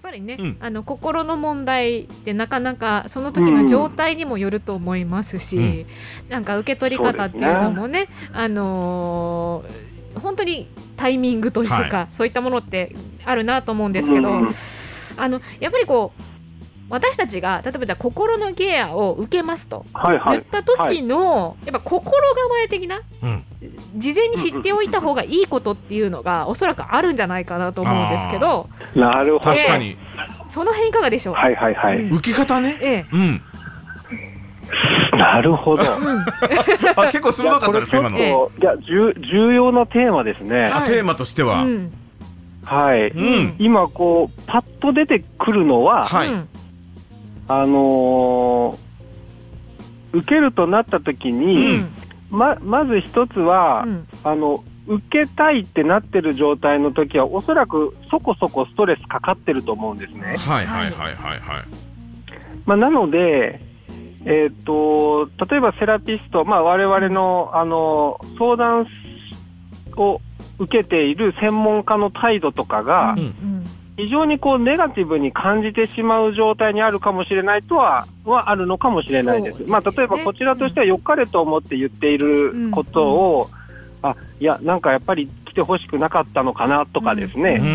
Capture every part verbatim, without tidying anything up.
ぱりね、 うん、 あの心の問題ってなかなかその時の状態にもよると思いますし、うん、なんか受け取り方っていうのもね、あのー、本当にタイミングというか、はい、そういったものってあるなと思うんですけど、うん、あのやっぱりこう私たちが例えばじゃあ心のケアを受けますと言った時の、はい、やっぱ心構え的な、うん、事前に知っておいた方がいいことっていうのがおそらくあるんじゃないかなと思うんですけど、 なるほど、 確かにその辺いかがでしょう。 はいはいはい、 うん、 受け方ね、ええ、うん、 なるほどあ、結構鋭かったですか今の。 いや、重要なテーマですね、 はい、テーマとしては、うん、 はい、うん、今こうパッと出てくるのは、はい、あのー、受けるとなった時に、うん、ま, まず一つは、うん、あの受けたいってなってる状態の時はおそらくそこそこストレスかかってると思うんですね。 はいはいはいはいはい。 まあ、なので、えー、と例えばセラピスト、まあ、我々の、あの相談を受けている専門家の態度とかが、うんうん、非常にこうネガティブに感じてしまう状態にあるかもしれないとは、はあるのかもしれないです。ですね、まあ、例えばこちらとしては良かれと思って言っていることを、うんうん、あ、いやなんかやっぱり来てほしくなかったのかなとかですね、うんうん、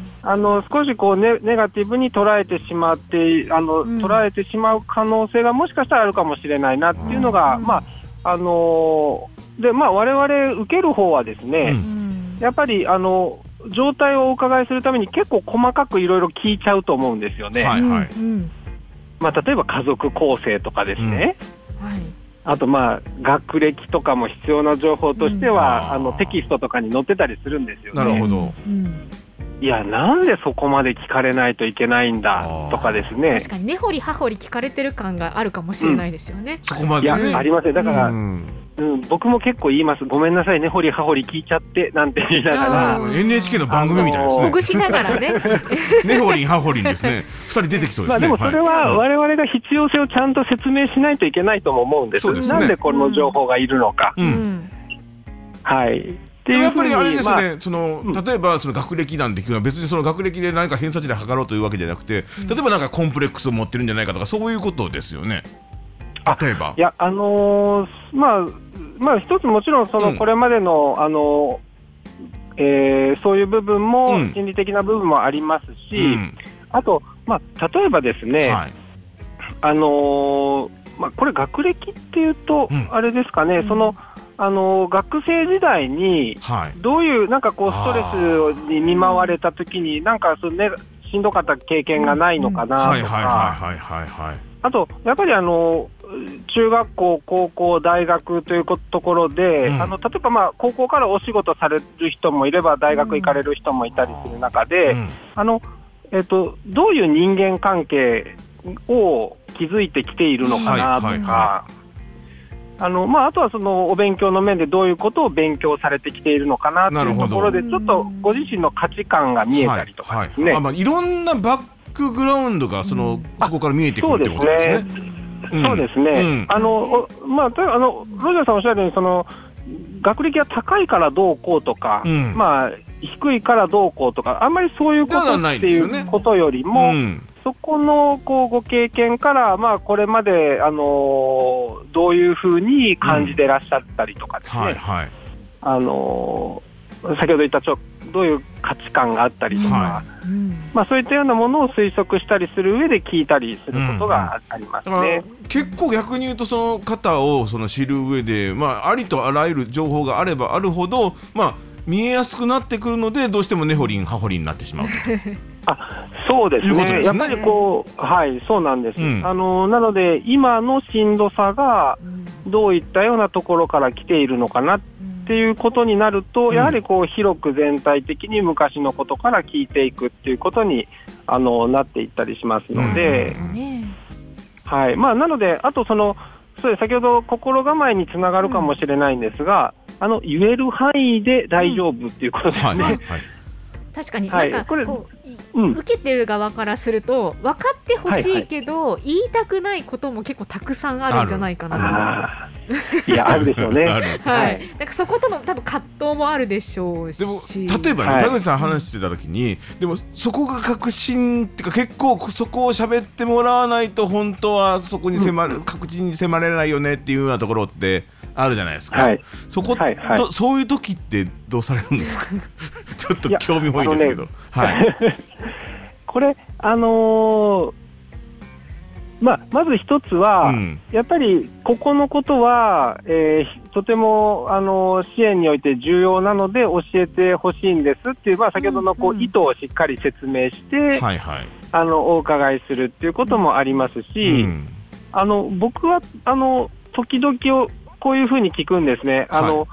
あの少しこう ネ, ネガティブに捉えてしまってあの、うん、捉えてしまう可能性がもしかしたらあるかもしれないなっていうのが、うん、まああのでまあ、我々受ける方はですね、うん、やっぱりあの状態をお伺いするために結構細かくいろいろ聞いちゃうと思うんですよね。はいはい、まあ、例えば家族構成とかですね、うん、はい、あとまあ学歴とかも必要な情報としては、うん、あのテキストとかに載ってたりするんですよね。 なるほど、うん、 いやなんでそこまで聞かれないといけないんだとかですね。 確かに根掘り葉掘り聞かれてる感があるかもしれないですよね、 うん、そこまで、ね、 いやありません。だから、うんうん、僕も結構言います。ごめんなさいね、掘り葉掘り聞いちゃってなんて言いながらエヌエイチケー の番組みたいですね。 ほぐしながらねねほりん葉掘りんですね。ふたり出てきそうですね。まあ、 でもそれは我々が必要性をちゃんと説明しないといけないとも思うんです。そうですね、なんでこの情報がいるのか、うんうん、はいでやっぱりあれですね、まあ、その例えばその学歴なんていうのは別にその学歴で何か偏差値で測ろうというわけじゃなくて、うん、例えばなんかコンプレックスを持ってるんじゃないかとかそういうことですよね。例えばいやあのー、まあまあ一つもちろんそのこれまでの、うん、あのえー、そういう部分も、うん、心理的な部分もありますし、うん、あと、まあ、例えばですね、はい、あのーまあ、これ学歴っていうと、うん、あれですかね、そのあの学生時代にどういうなんかこうストレスに見舞われた時になんかその、ね、しんどかった経験がないのかなとか、あとやっぱりあの中学校高校大学というところで、うん、あの例えばまあ高校からお仕事される人もいれば大学行かれる人もいたりする中で、うん、あのえっと、どういう人間関係を築いてきているのかなとか、はいはいはい、あのまあ、あとはそのお勉強の面でどういうことを勉強されてきているのかなというところでちょっとご自身の価値観が見えたりとかですね、 はいはい、あ、まあ、いろんなバックグラウンドが その、うん、そこから見えてくるってことですね。 そうですね、うん、あのまあ、あのロジャーさんおっしゃるようにその学歴が高いからどうこうとか、うん、まあ、低いからどうこうとかあんまりそういうことっていうことよりも、うん、そこのこうご経験から、まあ、これまで、あのー、どういうふうに感じてらっしゃったりとかですね、うん、はいはい、あのー、先ほど言ったちょどういう価値観があったりとか、はい、まあ、そういったようなものを推測したりする上で聞いたりすることがありますね、うんうん、 結構逆に言うとその方をその知る上で、まあ、ありとあらゆる情報があればあるほど、まあ、見えやすくなってくるのでどうしても根掘りん葉掘りになってしまうとあ、そうです ね, ですね、やっぱりこう、はい、そうなんです、うん、あのなので今のしんどさがどういったようなところから来ているのかなっていうことになると、うん、やはりこう広く全体的に昔のことから聞いていくっていうことにあのなっていったりしますので、うん、はい、まあ、なのであとそのそうです、先ほど心構えにつながるかもしれないんですが、うん、あの言える範囲で大丈夫っていうことですね、うん、はいはいはい、 確かに、 はい、 なんかこれこう、 うん、 受けてる側からすると分かってほしいけど、はいはい、言いたくないことも結構たくさんあるんじゃないかなと。 あいやあるでしょうねある、 はい、だからそことの多分葛藤もあるでしょうし、 でも例えばね、 はい、 田口さん話してた時に、うん、でもそこが確信っていうか結構そこを喋ってもらわないと本当はそこに迫る、うん、確実に迫れないよねっていうようなところってあるじゃないですか、はい、そこ、はいはい、そういう時ってどうされるんですかちょっと興味多いですけど、ね、はい、 これあのーまあ、まず一つは、うん、やっぱりここのことは、えー、とてもあの支援において重要なので教えてほしいんですっていう、まあ、先ほどのこう、うん、意図をしっかり説明して、はいはい、あのお伺いするっていうこともありますし、うん、あの僕はあの時々こういうふうに聞くんですね。あの、はい、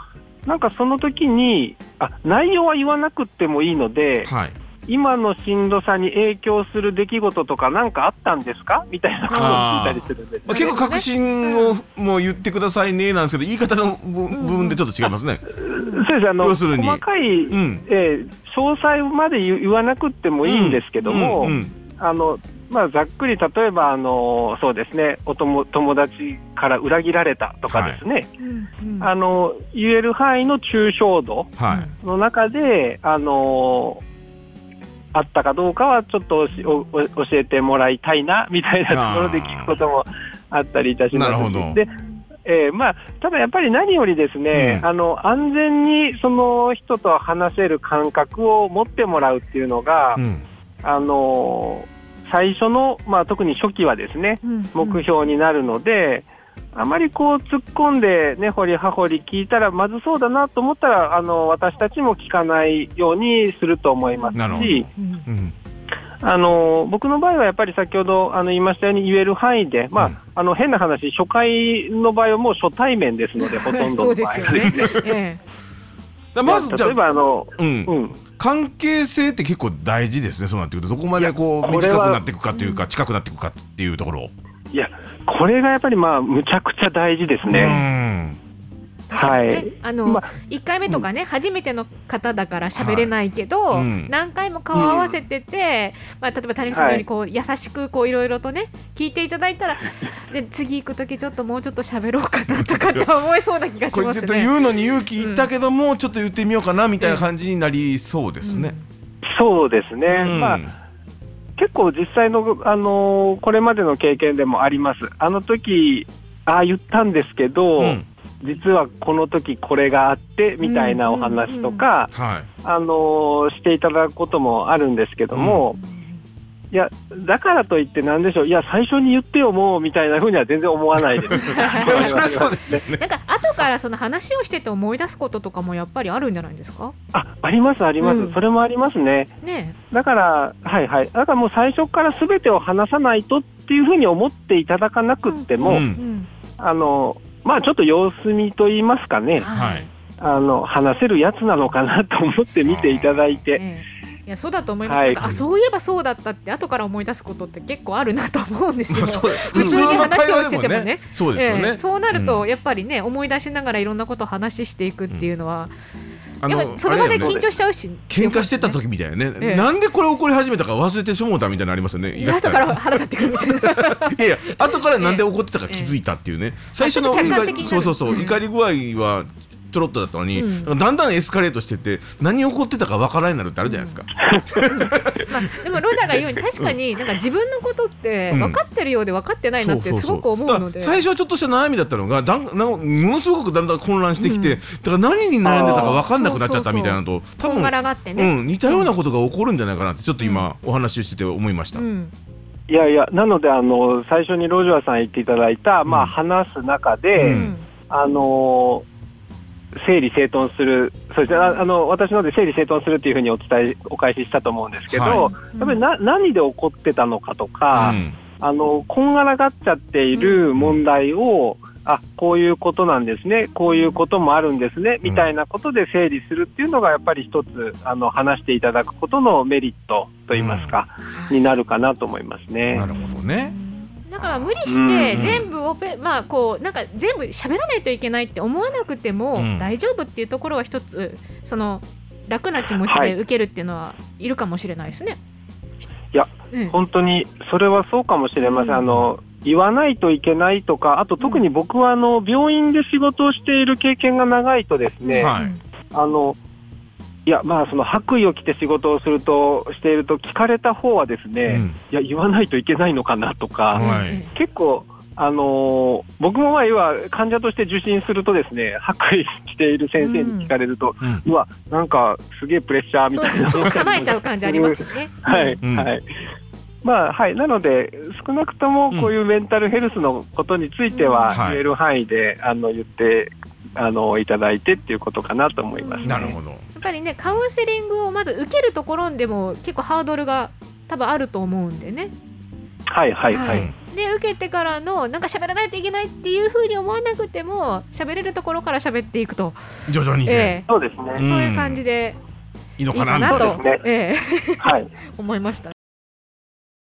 なんかその時にあ内容は言わなくてもいいので、はい、今のしんどさに影響する出来事とか何かあったんですかみたいなことを聞いたりするんです、ね、 まあ、結構確信をもう言ってくださいねなんですけど、言い方の部分でちょっと違いますね、 うん、そうです、あの要するに細かい、うん、えー、詳細まで言わなくてもいいんですけども、うんうんうん、あのまあ、ざっくり例えばあのそうですね、おとも友達から裏切られたとかですね、はい、あの言える範囲の抽象度の中で、はい、あのあったかどうかはちょっとおお教えてもらいたいなみたいなところで聞くこともあったりいたします。なるほど。で、えーまあ、ただやっぱり何よりですね、うん、あの安全にその人と話せる感覚を持ってもらうっていうのが、うん、あの最初の、まあ、特に初期はですね、うんうん、目標になるので、あまりこう突っ込んでね掘り葉掘り聞いたらまずそうだなと思ったら、あの私たちも聞かないようにすると思いますし、うん、あの僕の場合はやっぱり先ほどあの言いましたように言える範囲で、まあうん、あの変な話、初回の場合はもう初対面ですのでほとんどの場合はですねええ、まずじゃあ例えばあの、うんうん、 関係性って結構大事ですね。そうなってくるとどこまでこう短くなっていくかというか、近くなっていくかっていうところを、 いやこれがやっぱりまあむちゃくちゃ大事ですね。 はい、あの、ま、いっかいめとかね、うん、初めての方だから喋れないけど、はい、うん、何回も顔合わせてて、うん、まあ、例えば谷口さんのようにこう、はい、優しくこういろいろとね聞いていただいたらで次行くときちょっともうちょっと喋ろうかなとかって思いそうな気がしますね。これちょっと言うのに勇気いったけども、うん、ちょっと言ってみようかなみたいな感じになりそうですね、 うん、そうですね、うん、まあ結構実際の、あのー、これまでの経験でもあります。あの時ああ言ったんですけど、うん、実はこの時これがあってみたいなお話とか、うんうんうん、あのー、していただくこともあるんですけども、うん、いやだからといってなんでしょう、いや最初に言ってよもうみたいな風には全然思わないですそうですね。 なんか後からその話をしてて思い出すこととかもやっぱりあるんじゃないですか。 あ、ありますあります、うん、それもありますね。 ね、 だからはいはい、だからもう最初から全てを話さないとっていう風に思っていただかなくっても、うんうん、あのまあちょっと様子見と言いますかね、はい、あの話せるやつなのかなと思って見ていただいて、ええ、いやそうだと思います、はい、なんかあそういえばそうだったって後から思い出すことって結構あるなと思うんですよ普通に話をしててもね、 そうですよね、 ええ、そうなるとやっぱりね、うん、思い出しながらいろんなことを話していくっていうのは、うん、やっぱそれまで緊張しちゃうし、ね、 喧嘩してた時みたいなね、ええ、なんでこれ起こり始めたか忘れてしもうたみたいなのありますよね。 後から腹立ってくるみたいないやいや後からなんで起こってたか気づいたっていうね、ええ、最初のそうそうそう、うん、怒り具合はちょろっとだったのに、うん、だんだんエスカレートしてて何起こってたかわからないなるってあるじゃないですか、 うんまあ、でもロジャーが言うように確かになんか自分のことって分かってるようで分かってないなってすごく思うので、うん、そうそうそう、最初はちょっとした悩みだったのがだんなんかものすごくだんだん混乱してきて、うん、だから何に悩んでたか分かんなくなっちゃったみたいなのと多分、ね、うん、似たようなことが起こるんじゃないかなってちょっと今お話ししてて思いました、うん、 いやいや、なのであの最初にロジャーさん言っていただいた、まあ、話す中で、うん、あの整理整頓する、そうですね、あの私ので整理整頓するっていうふうにお伝えお返ししたと思うんですけど、はい、やっぱりな何で起こってたのかとか、うん、あのこんがらがっちゃっている問題を、うん、あこういうことなんですね、こういうこともあるんですね、みたいなことで整理するっていうのがやっぱり一つあの話していただくことのメリットといいますか、うん、になるかなと思いますね。 なるほどね。 だから無理して全部オペ、まあこうなんか全部喋らないといけないって思わなくても大丈夫っていうところは一つその楽な気持ちで受けるっていうのはいるかもしれないですね。 いや、 ね、 本当にそれはそうかもしれません。 うん、 あの言わないといけないとか、あと特に僕はあの病院で仕事をしている経験が長いとですね、 はい、 あのいやまあその白衣を着て仕事をするとしていると聞かれた方はですね、うん、いや言わないといけないのかなとか、はい、結構あのー、僕も前は患者として受診するとですね、白衣着ている先生に聞かれると、うん、うわなんかすげえプレッシャーみたいな、 そうそう構えちゃう感じありますよね。 はい、うん、はい。まあはい、なので少なくともこういうメンタルヘルスのことについては言える範囲で、うん、あの言ってあのいただいてっていうことかなと思います、ね、 なるほど。 やっぱりね、カウンセリングをまず受けるところでも結構ハードルが多分あると思うんでね。 はいはいはい、はい、 で受けてからのなんか喋らないといけないっていう風に思わなくても喋れるところから喋っていくと徐々にね、 えー、そうですね、 そういう感じでいいのかなと、 ね、 えーはい、思いました。